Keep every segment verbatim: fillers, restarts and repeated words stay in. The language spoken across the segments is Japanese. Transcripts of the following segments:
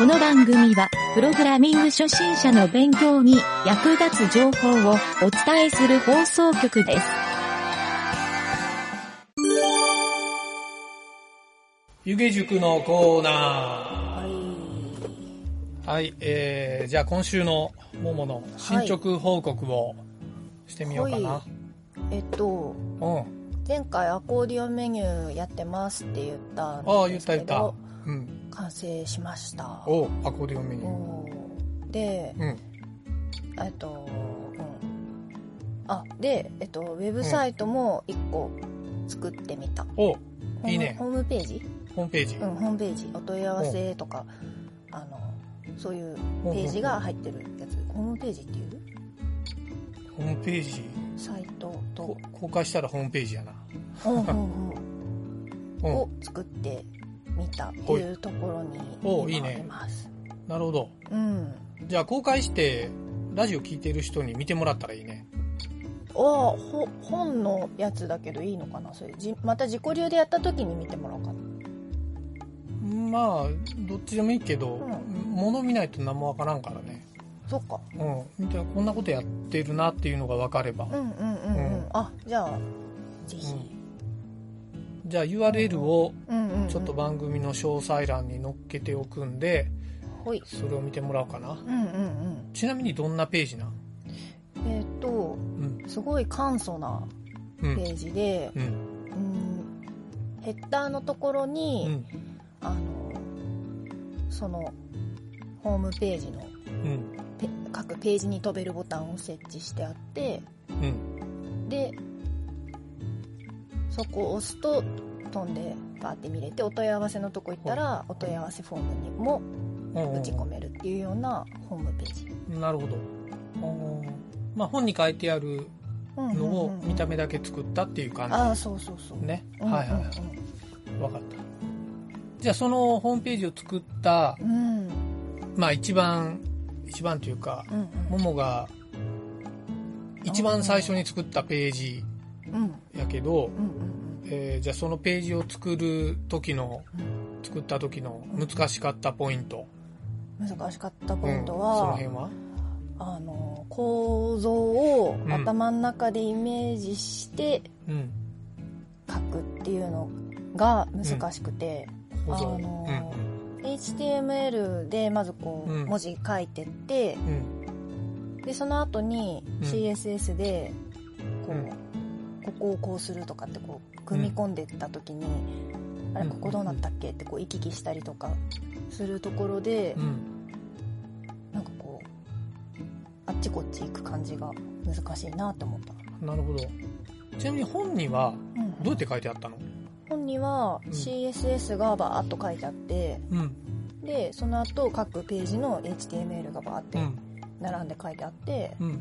の番組は、プログラミング初心者の勉強に役立つ情報をお伝えする放送局です。 湯気塾のコーナー。 はい。 はい、えー、じゃあ今週のももの進捗報告をしてみようかな。 はい、えっと、 うん、 前回アコーディオンメニューやってますって言ったんですけど、 ああ、言った言った。うん。 完成しました。 お、アコーディオンメニュー。で、うん、えっと、うん。あ、で、えっと、ウェブサイトもいっこ作ってみた。 お、いいね。 ホームページホームページ。 うん、ホームページ。お問い合わせとか、あの、そういうページが入ってるやつ。ホームページっていうホームページサイトと。 公開したらホームページやな。 うんうんうん。を作ってみたっていうところに今あります。 いいね。なるほど。 うん。 じゃあ公開してラジオ聞いてる人に見てもらったらいいね。 ああ、ほ本のやつだけどいいのかな。それじまた自己流でやった時に見てもらおうかな。 まあどっちでもいいけど、うん、物見ないと何もわからんからね。 そっか。 うん。見てこんなことやってるなっていうのが分かれば。 うんうんうんうん。うん、あ、じゃあぜひ。 うん、じゃあ ユーアールエル をちょっと番組の詳細欄に載っけておくんで、 ほい。 それを見てもらおうかな。 うんうんうん。 ちなみにどんなページなん？ えっと、うん、すごい簡素なページで、うんうん、ヘッダーのところに、うん、あのそのホームページの、うん、ペ各ページに飛べるボタンを設置してあって、うん、でそこを押すと飛んでバーって見れて、お問い合わせのとこ行ったらお問い合わせフォームにも打ち込めるっていうようなホームページ。 なるほど。まあ、本に書いてあるのを見た目だけ作ったっていう感じ、 うんうんうん、ああそうそうそうね、うんうんうん、はいはいはい、分かった。じゃあそのホームページを作った、うん、まあ一番一番というか、うんうん、ももが一番最初に作ったページやけど、うんうんうんえー、じゃあそのページを作る時の、うん、作った時の難しかったポイント、 難しかったポイントは、 うん、その辺はあの構造を頭の中でイメージして書くっていうのが難しくて、うん、あの、うん、エイチティーエムエル でまずこう文字書いてって、うん、でその後に シーエスエス でこう、うん、ここをこうするとかってこう組み込んでいった時に、うん、あれここどうなったっけってこう行き来したりとかするところで、うんなんかこうあっちこっち行く感じが難しいなって思った。 なるほど。ちなみに本にはどうやって書いてあったの？うん、 本には シーエスエス がバーッと書いてあって、うん、でその後各ページの エイチティーエムエル がバーって並んで書いてあって、うん、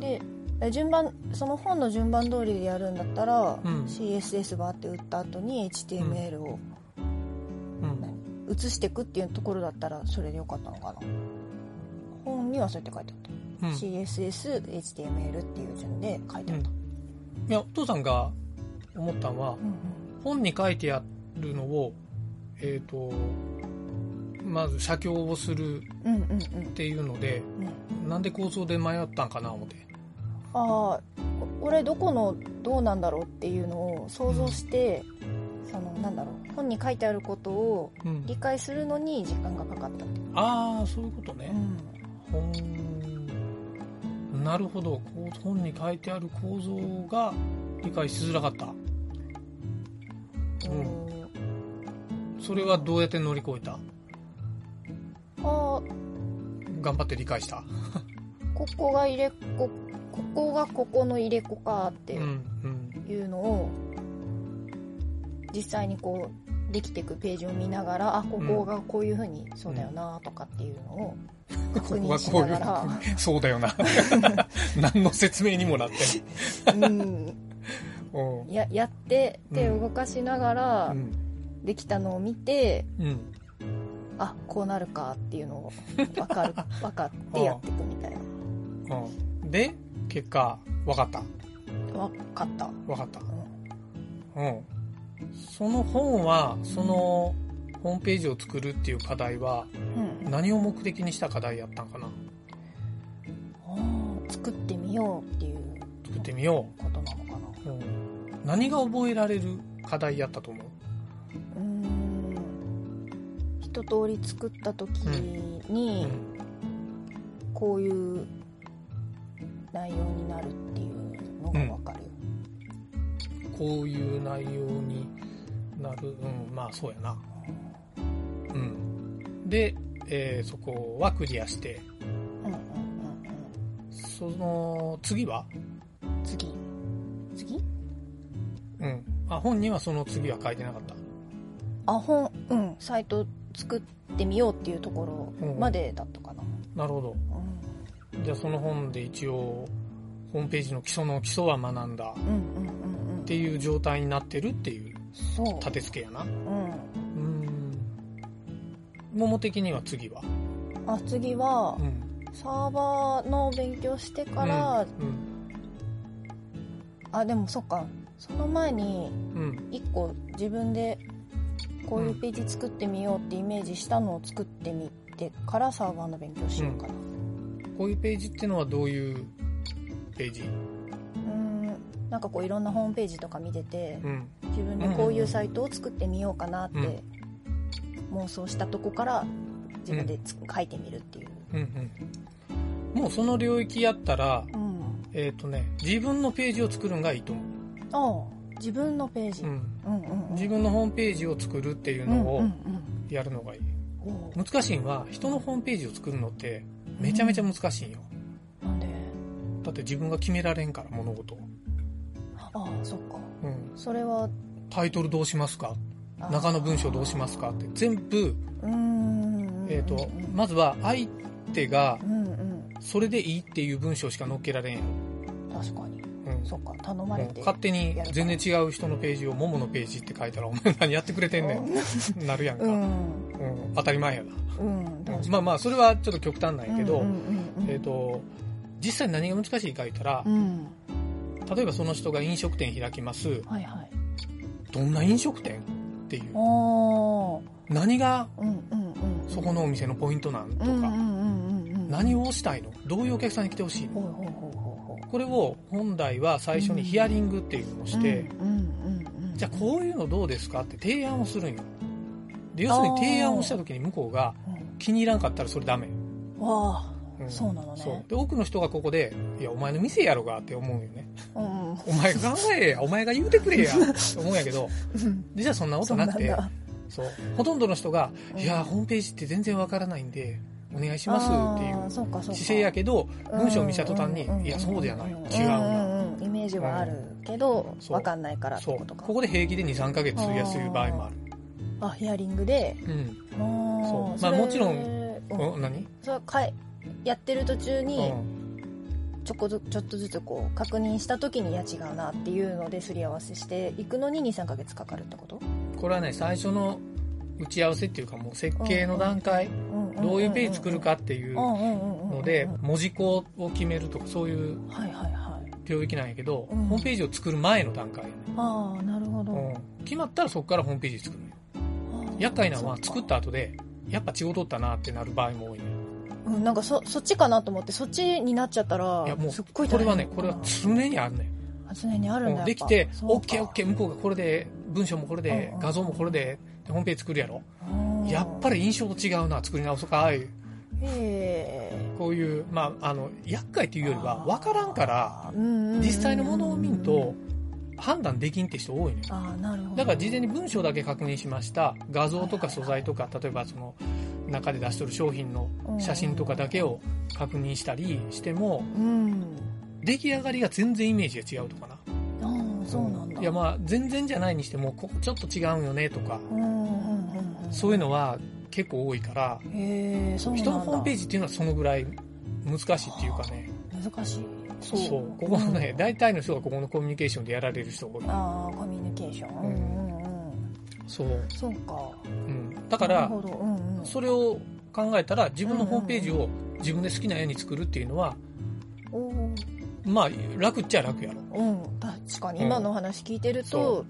で順番その本の順番通りでやるんだったら、うん、シーエスエス バーって打った後に エイチティーエムエル を、うん、移していくっていうところだったらそれでよかったのかな。本にはそうやって書いてあった、うん、シーエスエス、エイチティーエムエル っていう順で書いてあった、うん、 いやお父さんが思ったのは、うんうん、本に書いてあるのをえっとまず写経をするっていうので、うんうんうん、なんで構造で迷ったんかな思って。 ああこれどこのどうなんだろうっていうのを想像して、うん、そのなんだろう本に書いてあることを理解するのに時間がかかったっていう、 うん、ああそういうことね、うん、なるほど。本に書いてある構造が理解しづらかった、うん、それはどうやって乗り越えた？あ頑張って理解したここが入れこここがここの入れ子かっていうのを実際にこうできていくページを見ながら、あここがこういう風にそうだよなとかっていうのを確認しながら、 ここがこういうそうだよな何の説明にもなってうんや, やって手を動かしながら、うん、できたのを見て、うん、あこうなるかっていうのを分かる分かってやっていくみたいな、 うん、で結果分かった分かった分かった、うん、うん、その本はそのホームページを作るっていう課題は、うん、何を目的にした課題やったんかな。 あ、作ってみようっていう作ってみようことなのかな、うん、 何が覚えられる課題やったと思う？ うーん、一通り作った時に、うん、こういう内容になるっていうのが分かる、 うん、こういう内容になる、うん、まあそうやな、うん、で、えー、そこはクリアして、うんうんうんうん、その次は次次うん、あ、本にはその次は書いてなかった。 あ、本、うん、サイト作ってみようっていうところまでだったかな、 うん、なるほど、うん、じゃあその本で一応ホームページの基礎の基礎は学んだっていう状態になってるっていう立て付けやな。うん、うん。桃的には次はあ、次は、うん、サーバーの勉強してから、うんうん、あ、でもそっか、その前に一個自分でこういうページ作ってみようってイメージしたのを作ってみてからサーバーの勉強しようかな、 うん、こういうページっていうのはどういうページ？うーん、なんかこういろんなホームページとか見てて、うん、自分でこういうサイトを作ってみようかなって妄想したとこから自分でつ、うん、書いてみるっていう、うんうん、もうその領域やったら、うん、えっとね、自分のページを作るのがいいと思う。 ああ、自分のページ、うんうんうんうん、自分のホームページを作るっていうのをやるのがいい、うんうん、難しいのは人のホームページを作るのってめちゃめちゃ難しいんよ、 うん、なんで？ だって自分が決められんから物事を。 ああ、そっか、うん、それはタイトルどうしますか、中の文章どうしますかって全部、うーん、えーと、まずは相手がそれでいいっていう文章しか載っけられんやろ。確かに、うん、そっか、頼まれて、 うん、勝手に全然違う人のページをもものページって書いたらお前何やってくれてんねんなるやんか、うんうん、当たり前やな、うん、まあまあそれはちょっと極端なんやけど、えーと、実際何が難しいか言ったら、うん、例えばその人が飲食店開きます、はいはい、どんな飲食店っていう、何がそこのお店のポイントなんとか、何をしたいの、どういうお客さんに来てほしいの、これを本来は最初にヒアリングっていうのをして、じゃあこういうのどうですかって提案をするんよ。で、要するに提案をした時に向こうが気に入らんかったらそれダメ。 わあ、うん、そうなのね。 そうで、多くの人がここで、いやお前の店やろがって思うよね、うん、お前が考えや、お前が言うてくれやって思うんやけどで、じゃあそんなことなくて、そう、ほとんどの人が、いやホームページって全然わからないんでお願いしますっていう姿勢やけど、文章を見た途端に、いやそうじゃない、違うな、 イメージはあるけど、うん、分かんないからってことか。 ここで平気で にさんかげつ費やす場合もある。 あ、ヒアリングで、うん、 そう、まあもちろん、うん、何？ それかいやってる途中に、ちょこずちょっとずつこう確認した時に、いや違うなっていうのですり合わせしていくのに にさんかげつかかるってこと？ これはね、最初の打ち合わせっていうか、もう設計の段階、どういうページ作るかっていうので、文字項を決めるとかそういう領域なんやけど、ホームページを作る前の段階やね。 ああ、なるほど、うん、 決まったらそこからホームページ作るのよ。厄介なのは作った後でやっぱ違うとったなってなる場合も多いね。 うん、なんか そ, そっちかなと思って、そっちになっちゃったら、いやもうすっごい大変。 これはね、これは常にあるね。 常にあるんだ。 できて オーケーオーケー 向こうがこれで、文章もこれで、画像もこれでホームページ作るやろ。やっぱり印象と違うな、作り直そうか、ああいうこういう、まあ、あの厄介というよりは分からんから、実際のものを見ると判断できんって人多いね。 あ、なるほど。 だから事前に文章だけ確認しました、画像とか素材とか、例えばその中で出しとる商品の写真とかだけを確認したりしても、うん、出来上がりが全然イメージが違うとかな。 あ、そうなんだ。 いや、まあ全然じゃないにしても、ここちょっと違うよねとか、うんうんうんうん、そういうのは結構多いから、へ、そうなんだ。人のホームページっていうのはそのぐらい難しいっていうかね。 難しい。 そうそう、ここのね、うん、大体の人がここのコミュニケーションでやられる人が多い。 ああ、コミュニケーション、うんうんうん、 そうそうか、 うん、だから、うんうん、それを考えたら自分のホームページを自分で好きなように作るっていうのは、うんうん、まあ楽っちゃ楽やろ。 うん、確かに今の話聞いてると、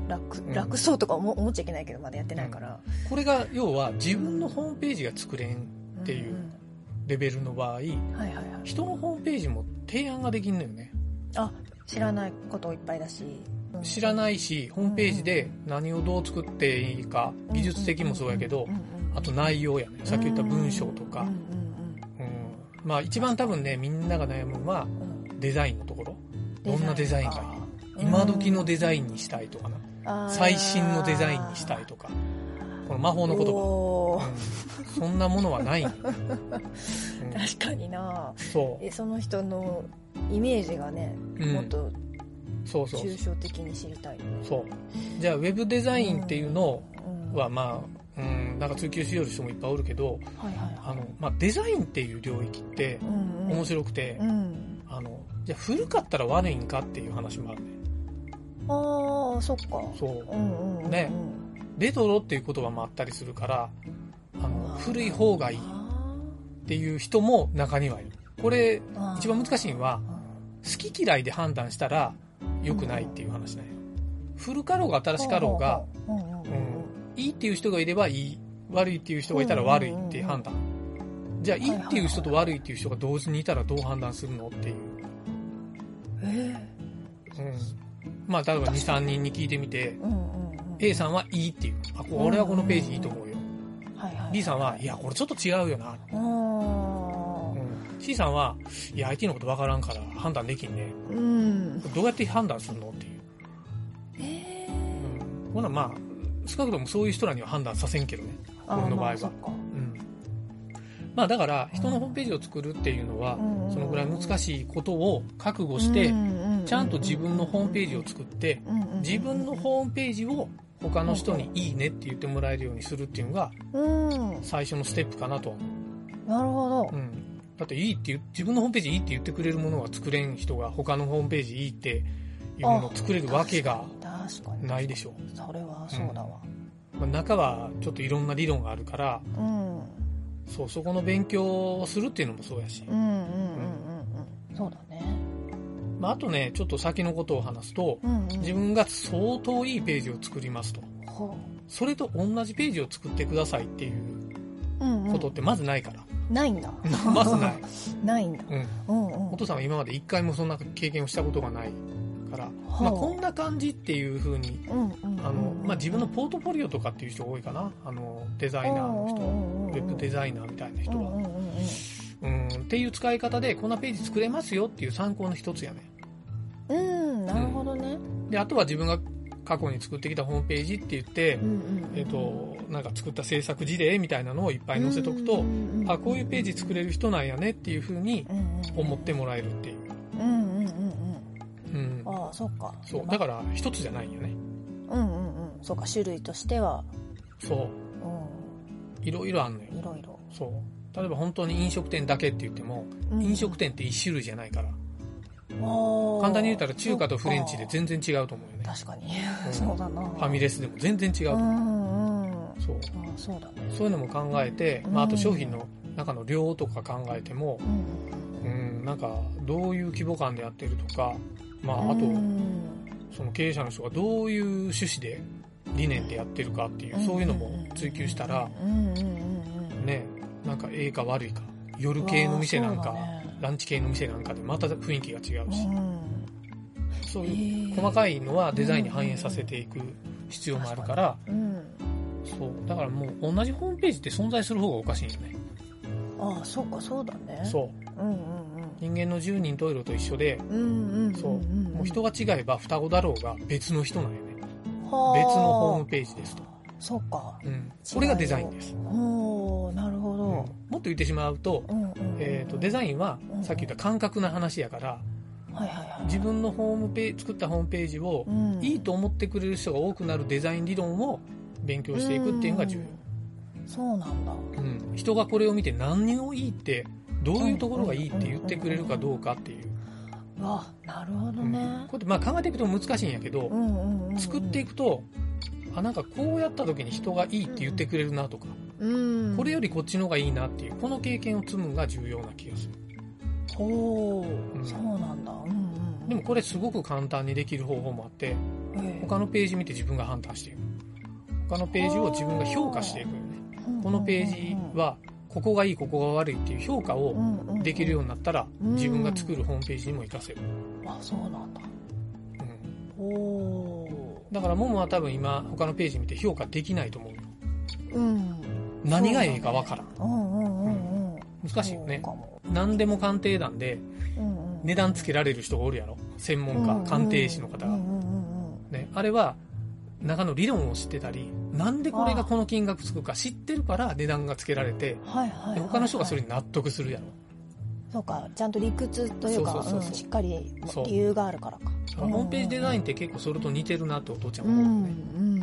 楽、楽そうとか思思っちゃいけないけどまだやってないから、 うん、これが要は自分のホームページが作れんっていうレベルの場合、はいはいはい、人のホームページも提案ができんのよね。 あ、知らないこといっぱいだし、 うん、知らないしホームページで何をどう作っていいか、うん、技術的もそうやけど、うんうんうん、あと内容やね、さっき言った文章とか、うんうんうんうん、まあ一番多分ねみんなが悩むのはデザインのところ、どんなデザインがいい、今時のデザインにしたいとかな、最新のデザインにしたいとか、この魔法の言葉、うん、そんなものはない、うん、 確かにな。 そうえその人のイメージがね、うん、もっとそうそう抽象的に知りたい、ね、 そうじゃあウェブデザインっていうのは、うん、まあ、うん、なんか追求しよる人もいっぱいおるけど、はいはいはい、あのまあ、デザインっていう領域って面白くて、うんうん、あのじゃあ古かったら悪いんかっていう話もあるね。 ああ、そっか。 そう、うんうんうん、ね、レトロっていう言葉もあったりするから、あの古い方がいいっていう人も中にはいる。これ一番難しいのは好き嫌いで判断したら良くないっていう話なんよ。古かろうが新しかろうが、うんうん、いいっていう人がいればいい、悪いっていう人がいたら悪いっていう判断。じゃあいいっていう人と悪いっていう人が同時にいたらどう判断するのっていう。えー、うん。まあ例えばに、さんにんに聞いてみて、うんうんうん、A さんはいいっていう。あ、俺はこのページいいと思うよ。はいはい、B さんはいやこれちょっと違うよな。C さんは、いや、アイティー のことわからんから判断できんね。うん。どうやって判断するのっていう。えー。うん。ほな、まあ、少なくともそういう人らには判断させんけどね。俺の場合は。まあ、そっか。うん。まあ、だから、人のホームページを作るっていうのは、うん、そのぐらい難しいことを覚悟して、うん、ちゃんと自分のホームページを作って、うん、自分のホームページを他の人にいいねって言ってもらえるようにするっていうのが、うん、最初のステップかなと思う。 なるほど。 うん。だっていいって言う、自分のホームページいいって言ってくれるものが作れん人が他のホームページいいっていうものを作れるわけがないでしょう。 それはそうだわ。 うんまあ、中はちょっといろんな理論があるから、うん、そうそこの勉強をするっていうのもそうやし。うんうんうんうん、うん、 そうだね。 まあ、あとねちょっと先のことを話すと、うんうん、自分が相当いいページを作りますと、うん、それと同じページを作ってくださいっていうことってまずないから。 ないんだ。 まずない。 ないんだ。 うん。うんうん、お父さんは今まで一回もそんな経験をしたことがないから、まあこんな感じっていう風に、あの、まあ自分のポートフォリオとかっていう人が多いかな。あの、デザイナーの人、ウェブデザイナーみたいな人は。うん、っていう使い方でこんなページ作れますよっていう参考の一つやね。 うん、なるほどね。 うん、で、あとは自分が過去に作ってきたホームページって言って、うんうんうん、えっと、なんか作った制作事例みたいなのをいっぱい載せとくと、うんうん、あ、こういうページ作れる人なんやねっていう風に思ってもらえるっていう。うんうんうんうん。 うん。ああ、そっか。 そう。だから一つじゃないよね。 うんうんうん。そうか、種類としては。 そう。うん。いろいろあんのよ。 いろいろ。 そう。例えば本当に飲食店だけって言っても、うん、飲食店って一種類じゃないから。簡単に言ったら中華とフレンチで全然違うと思うよね。 確かに、うん、そうだな。 ファミレスでも全然違うと思う。うんうん、そう。 あ、そうだね。 そういうのも考えて、まあ、あと商品の中の量とか考えても、うん、うん、なんかどういう規模感でやってるとか、まああと、うん、その経営者の人がどういう趣旨で理念でやってるかっていう、そういうのも追求したら、ね、なんかええか悪いか、夜系の店なんか。ランチ系の店なんかでまた雰囲気が違うし、うん、そういう細かいのはデザインに反映させていく必要もあるから、うん、そうだからもう同じホームページって存在する方がおかしいよね。 ああ、そうか、そうだね。 そう、うんうんうん、人間の十人十色と一緒で、うんうんうんうん、そうもう人が違えば双子だろうが別の人なんよね。別のホームページですと。 そうか、 うん、これがデザインです。 おー、なるほど、うん、もっと言ってしまうと、うんうんうん、えーと、デザインはさっき言った感覚な話やから、うんはいはいはい、自分のホームページ作ったホームページを、うん、いいと思ってくれる人が多くなるデザイン理論を勉強していくっていうのが重要、 うん、そうなんだ、 うん、人がこれを見て何をいいってどういうところがいいって言ってくれるかどうかっていう、 うん、わ、なるほどね、うん、こうやってまあ考えていくと難しいんやけど、うんうんうんうん、作っていくとあ、なんかこうやった時に人がいいって言ってくれるなとか、うん、これよりこっちの方がいいなっていうこの経験を積むのが重要な気がする。 ほう、うん、そうなんだ、うんうんうん、 でもこれすごく簡単にできる方法もあって、他のページ見て自分が判断していく。他のページを自分が評価していくよね。このページはここがいいここが悪いっていう評価をできるようになったら、自分が作るホームページにも活かせる。 あ、そうなんだ。 うん、おだからももは多分今他のページ見て評価できないと思うよ。うん、何がいいかわからん。うんうんうんうん、難しいよね。何でも鑑定団で値段つけられる人がおるやろ。専門家、鑑定士の方が、ね、あれは中の理論を知ってたり、なんでこれがこの金額つくか知ってるから値段がつけられて、はいはいはいはい、で他の人がそれに納得するやろ。 そうか、ちゃんと理屈というか、しっかり理由があるからか。 ホームページデザインって結構それと似てるなってお父ちゃんは思うね。うんうんうんうん。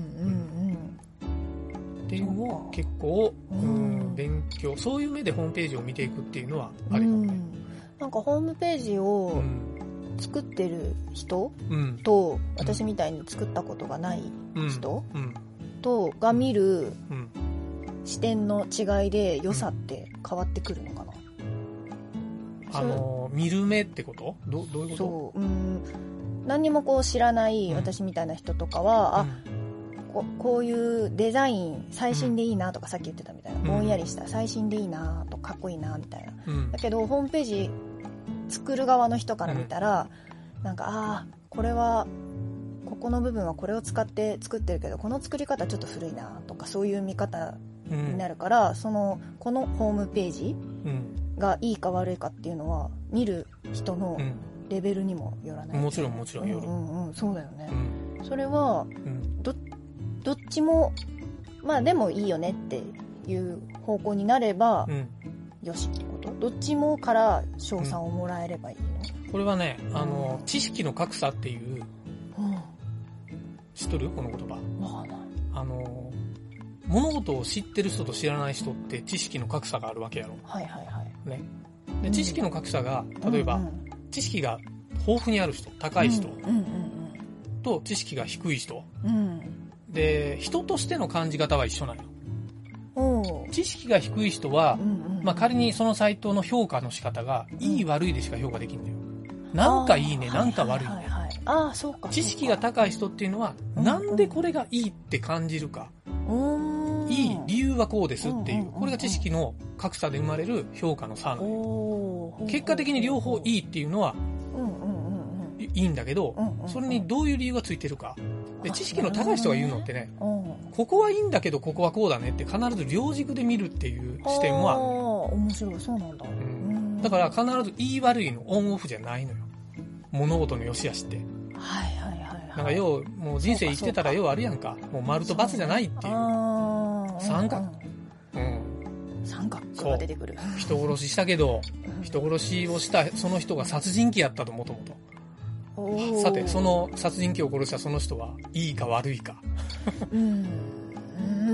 っていうのを結構、うん、勉強、そういう目でホームページを見ていくっていうのはありかもね。 なんかホームページを作ってる人と、私みたいに作ったことがない人とが見る視点の違いで良さって変わってくるのかな。 あの見る目ってこと？どどういうこと？そう、うん、 何にもこう知らない私みたいな人とかは、うん、あこ, こういうデザイン最新でいいなとか、さっき言ってたみたいな、ぼんやりした最新でいいなとかっこいいなみたいな、うん、だけどホームページ作る側の人から見たら、うん、なんかあこれはここの部分はこれを使って作ってるけどこの作り方ちょっと古いなとか、そういう見方になるから、うん、そのこのホームページがいいか悪いかっていうのは見る人のレベルにもよらない、 うん、もちろんもちろんよる、 うんうん、そうだよね、うん、それは ど, どっちもまあでもいいよねっていう方向になれば、うん、よしってこと？どっちもから賞賛をもらえればいいの？ うん、これはね、あの、うん、知識の格差っていう、うん、知っとる？この言葉。わかんない。あの物事を知ってる人と知らない人って知識の格差があるわけやろ。はいはいはい。ね。で、知識の格差が、例えば、うんうん、知識が豊富にある人、高い人、うんうんうんうん、と知識が低い人、うん、で、人としての感じ方は一緒なの。知識が低い人は、うんうん、まあ、仮にそのサイトの評価の仕方が、いい悪いでしか評価できんだよ。なんかいいね、なんか悪いね。はいはいはいはい、あ、そうか。知識が高い人っていうのは、うんうん、なんでこれがいいって感じるか。いい理由はこうですっていう、これが知識の格差で生まれる評価の差なの。結果的に両方いいっていうのはいいんだけど、それにどういう理由がついてるか。で、知識の高い人が言うのってね、ここはいいんだけどここはこうだねって必ず両軸で見るっていう視点もあるの。 面白い、そうなんだ。うん、 だから必ずいい悪いのオンオフじゃないのよ。物事の良し悪しって。 はいはいはい。 なんか要もう人生生きてたら要あるやんか。もう丸と×じゃないっていう。三角。 うん。三角が出てくる。 人殺ししたけど、人殺しをしたその人が殺人鬼やったともともと。さて、その殺人鬼を殺したその人はいいか悪いか。うん。うん。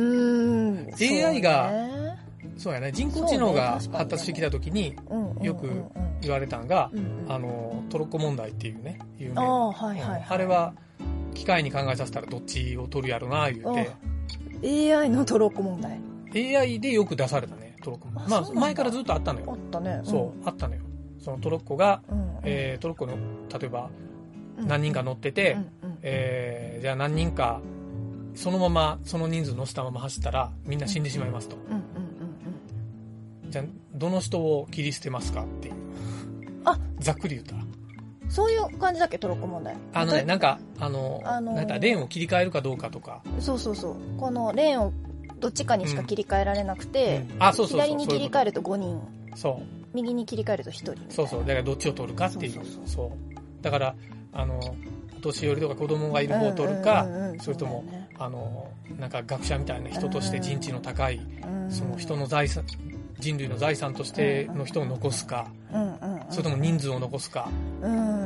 エーアイ が、そうやね、人工知能が発達してきた時によく言われたんが、あのトロッコ問題っていうね、有名な、あ、はいはいはい、あれは機械に考えさせたらどっちを取るやろな言うて。 エーアイ のトロッコ問題。 エーアイ でよく出されたね、トロッコ問題。まあ前からずっとあったのよ。 あったね。 そう、うん、あったのよ。そのトロッコが、うん、えー、トロッコの例えば何人か乗ってて、うんうん、えー、じゃあ何人かそのままその人数乗せたまま走ったらみんな死んでしまいますと。うんうんうんうん、じゃあどの人を切り捨てますかっていう。あ、ざっくり言ったら。 そういう感じだっけ、トロッコ問題。 あのね、なんかあの、あのー、なんかレーンを切り替えるかどうかとか。 そうそうそう。このレーンをどっちかにしか切り替えられなくて、うんうん、あ、そうそうそう、左に切り替えるとごにん。そう。右に切り替えるとひとり。 そうそう。だからどっちを取るかっていう。そうそうそう。そう。だからあのお年寄りとか子供がいる方を取るか、うんうんうんうん、それとも、ね、あのなんか学者みたいな人として人知の高い、うんうん、その人の財産、人類の財産としての人を残すか、うんうんうん、それとも人数を残すか、うん、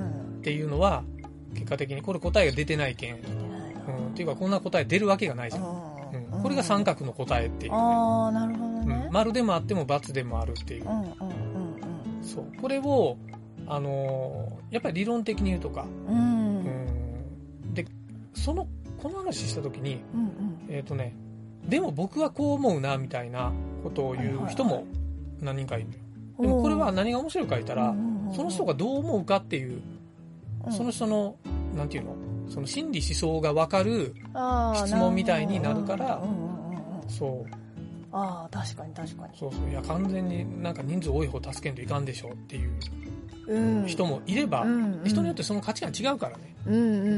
っていうのは結果的にこれ答えが出てないけん、うん、っていうかこんな答え出るわけがないじゃん、うんうん、これが三角の答えっていう、ね、 あ、なるほどね、 うん、丸でもあっても×でもあるっていう、うんうんうんうん、そうこれをあのー、やっぱり理論的に言うとか、うんうん、でそのこの話した時に、うんうん、えっとねでも僕はこう思うなみたいなことを言う人も何人かいるのよ。でもこれは何が面白いか言ったら、その人がどう思うかっていううん、その人のなんていうのその心理思想が分かる質問みたいになるから、そうああ確かに確かにそうそういや完全になんか人数多い方助けんといかんでしょっていう人もいれば、うんうん、人によってその価値観違うからね。 うんうんうんうん、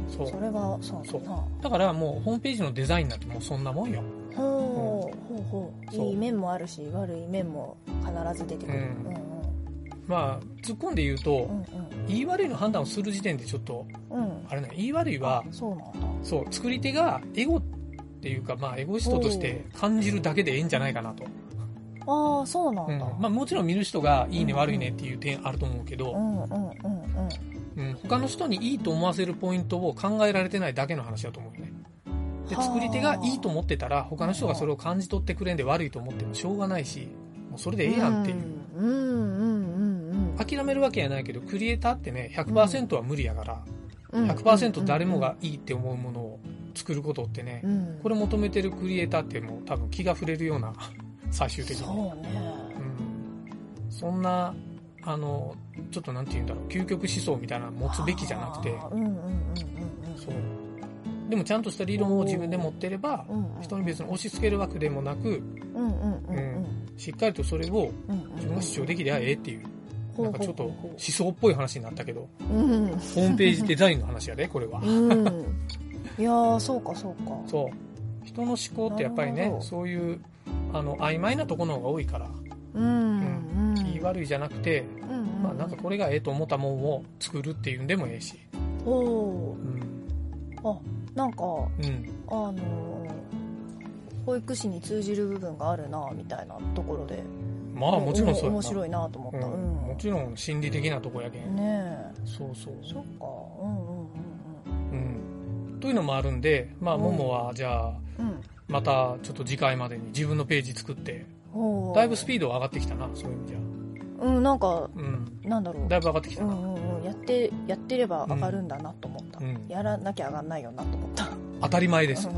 そうそれはそうだな。 だからもうホームページのデザインなんてもうそんなもんよ。 ほう、うん、ほうほういい面もあるし悪い面も必ず出てくる、うんうんうん、 まあ突っ込んで言うと、うんうん、言い悪いの判断をする時点でちょっと、うん、あれね言い悪いはそうなんだそう作り手がエゴっていうかまあエゴイストとして感じるだけでええんじゃないかなと。 ああそうなんだ、うんまあ、もちろん見る人がいいね、うん、悪いねっていう点あると思うけど、うんうんうんうんうん、他の人にいいと思わせるポイントを考えられてないだけの話だと思うよね。で作り手がいいと思ってたら他の人がそれを感じ取ってくれんで悪いと思ってもしょうがないしもうそれでええやんっていう、うんうんうんうん、諦めるわけやないけどクリエイターってね ひゃくパーセント は無理やから、うん、ひゃくパーセント 誰もがいいって思うものを作ることってね、うん、これ求めてるクリエイターってもう多分気が触れるような最終的にそうね、 うん、そんなあのちょっとなんて言うんだろう究極思想みたいなの持つべきじゃなくて、うんうんうんうん、そうでもちゃんとした理論を自分で持ってれば、うんうん、人に別に押し付けるわけでもなく、うんうんうんうん、しっかりとそれを自分が主張できりゃええっていう、うんうん、なんかちょっと思想っぽい話になったけど、うん、ホームページデザインの話やでこれは、うん、 いやーそうかそうかそう人の思考ってやっぱりねそういうあの曖昧なところの方が多いから、うんうんうん、いい悪いじゃなくて、うんうんうんまあ、なんかこれがええと思ったもんを作るっていうんでもええしお、うん、 あなんか、うん、あのー、保育士に通じる部分があるなみたいなところでまあもちろんそうやな面白いなと思った、うんうん、 もちろん心理的なとこやけんねそうそうそっかうんうんうんうん、というのもあるんでまあももはじゃあ、うん、またちょっと次回までに自分のページ作ってだいぶスピードは上がってきたなそういう意味じゃうんなんか、うん、なんだろうだいぶ上がってきたな、 うんうんうん、やってやってれば上がるんだなと思った、うん、やらなきゃ上がんないよなと思った当たり前です、うん、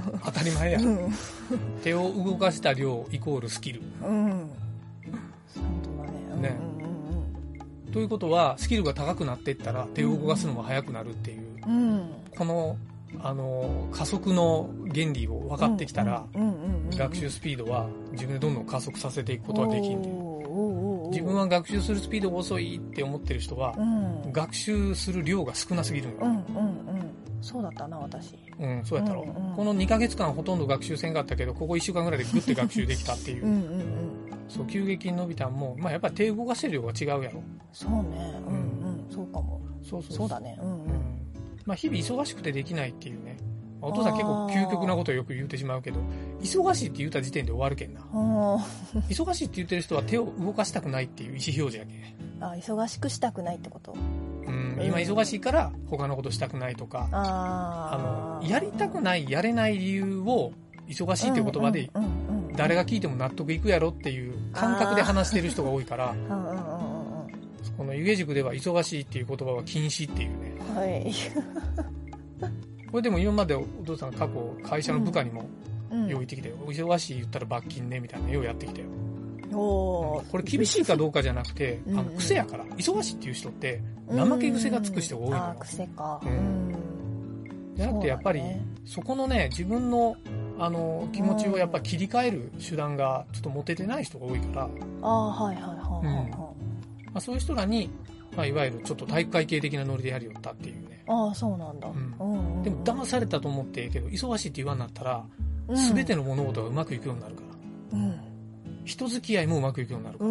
当たり前や、うん、手を動かした量イコールスキルうん本当だねね、うんうんうん、ということはスキルが高くなっていったら手を動かすのも速くなるっていう、うん、このあの加速の原理を分かってきたら、うんうんうんうん、学習スピードは自分でどんどん加速させていくことができるっていう自分は学習するスピードが遅いって思ってる人は、うん、学習する量が少なすぎるのよ、うんうんうん、 そうだったな私うんそうやったろ、うんうん、このにかげつかんほとんど学習せんかったけどここいっしゅうかんぐらいでグッて学習できたっていううんうん、うん、そう急激に伸びたんも、まあ、やっぱり手動かせる量が違うやろそうねうんうんそうかもそうそうそうだねうんうん、うんまあ、日々忙しくてできないっていうねお父さん結構究極なことをよく言うてしまうけど忙しいって言った時点で終わるけんな忙しいって言ってる人は手を動かしたくないっていう意思表示やけんあ忙しくしたくないってことうん今忙しいから他のことしたくないとかあのやりたくないやれない理由を忙しいっていう言葉で誰が聞いても納得いくやろっていう感覚で話してる人が多いからこの湯気塾では忙しいっていう言葉は禁止っていうねはいこれでも今までお父さん過去会社の部下にもよう言ってきて、うん、忙しい言ったら罰金ねみたいなようやってきたよ、うん、これ厳しいかどうかじゃなくてあの癖やから忙しいっていう人って怠け癖がつく人が多いのよ、うんうん、あ癖か、 うん、じゃなくてやっぱり そ,、ね、そこのね自分のあの気持ちをやっぱ切り替える手段がちょっと持ててない人が多いからあはいはいはいはい、うんまあ、そういう人らにまあ、いわゆるちょっと体育会系的なノリでやりよったっていうねああそうなんだ、うんうんうんうん、 でも騙されたと思ってええけど忙しいって言わんなったら、うん、全ての物事がうまくいくようになるから、うん、人付き合いもうまくいくようになるから、うん、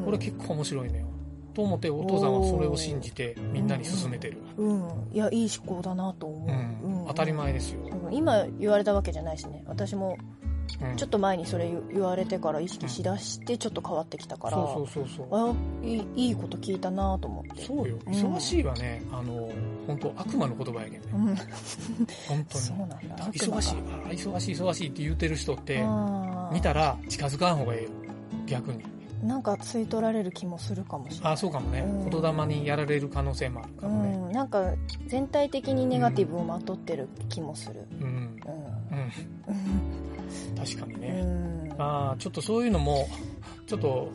これ結構面白いのよと思ってお父さんはそれを信じてみんなに勧めてる、 うんうん、いやいい思考だなと思う、 うんうん、当たり前ですよ今言われたわけじゃないしね私もうん、ちょっと前にそれ言われてから意識しだしてちょっと変わってきたから、うん、そうそうそうそうあいい、いいこと聞いたなと思ってそうよ忙しいはね、うん、あの本当悪魔の言葉やけんね、うん、本当にそうなんだ忙しいあ忙しい忙しいって言うてる人って見たら近づかん方がいいよ逆になんか吸い取られる気もするかもしれないあそうかもね、うん、言霊にやられる可能性もあるかもね、 うん、なんか全体的にネガティブをまとってる気もするうん、うんうん確かにね、まあちょっとそういうのもちょっと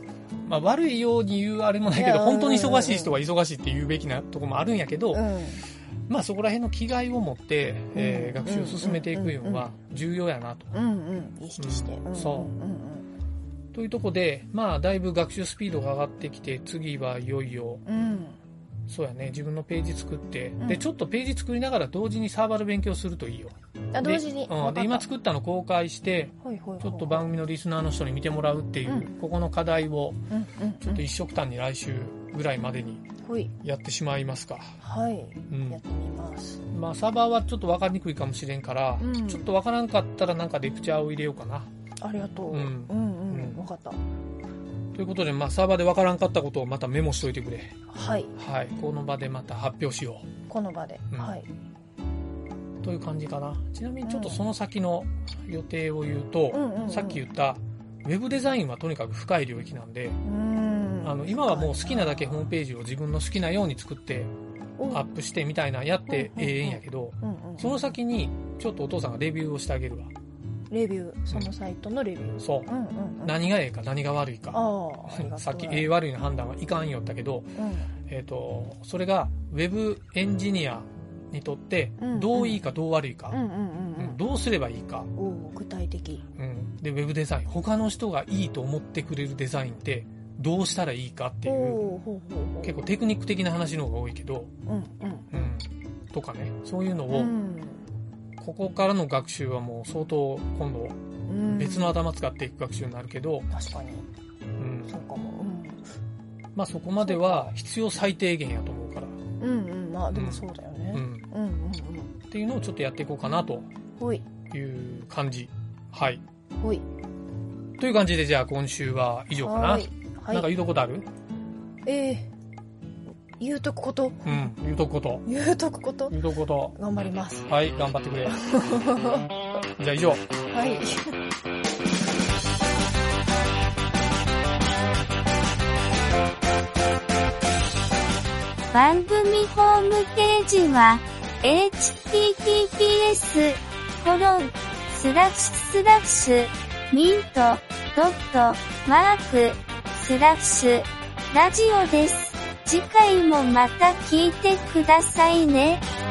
まあ悪いように言うあれもないけど、本当に忙しい人は忙しいって言うべきなところもあるんやけど、うん、まあそこら辺の気概を持って、えー、学習を進めていくのは重要やなと。 うんうん、意識して。 うん、そう。うんうん、というところで、まあだいぶ学習スピードが上がってきて、次はいよいよ、うん、そうやね、自分のページ作って、うん、で、ちょっとページ作りながら同時にサーバーの勉強するといいよ。 あ、同時に。 うん、で、今作ったの公開して、ちょっと番組のリスナーの人に見てもらうっていう、うん、ここの課題を、ちょっと一色単に来週ぐらいまでにやってしまいますか。 はい。うん、やってみます。 まあ、サーバーはちょっと分かりにくいかもしれんから、うん、ちょっと分からんかったらなんかレクチャーを入れようかな。 ありがとう。うん。うんうん。うん、分かった。 ということで、まあ、サーバーで分からんかったことをまたメモしといてくれ。 はい。 はい。この場でまた発表しよう。 この場で。うん、はい。 という感じかな。ちなみにちょっとその先の予定を言うと、うんうんうん、さっき言ったウェブデザインはとにかく深い領域なんで、うんあの今はもう好きなだけホームページを自分の好きなように作ってアップしてみたいなやってええんやけど、その先にちょっとお父さんがレビューをしてあげるわ。 レビュー、そのサイトのレビュー。 うん、そう、うんうんうん。何がええか何が悪いか。あさっきええ悪いの判断はいかんよったけど、うん、えっと、それがウェブエンジニアにとってどういいかどう悪いか、どうすればいいか。 お具体的、 うん。で、ウェブデザイン、他の人がいいと思ってくれるデザインってどうしたらいいかっていう、結構テクニック的な話の方が多いけど、うんうんうん、とかね、そういうのを、うん、ここからの学習はもう相当今度別の頭使っていく学習になるけど、 確かに、うん、そうかも、うん、 まあそこまでは必要最低限やと思うから、 うんうん、まあでもそうだよね、うん、うんうんうんっていうのをちょっとやっていこうかなという感じ。はい。 ほい。 という感じで、じゃあ今週は以上かな。はい。はい、なんか言うとことある？ ええー、言うとくこと。 うん、言うとくこと。 言うとくこと。 言うとくこと。 頑張ります。 はい、頑張ってくれ。じゃあ以上。はい。 番組ホームページは エイチティーティーピーエス コロンスラッシュスラッシュミントドットマークスラッシュラジオです。次回もまた聞いてくださいね。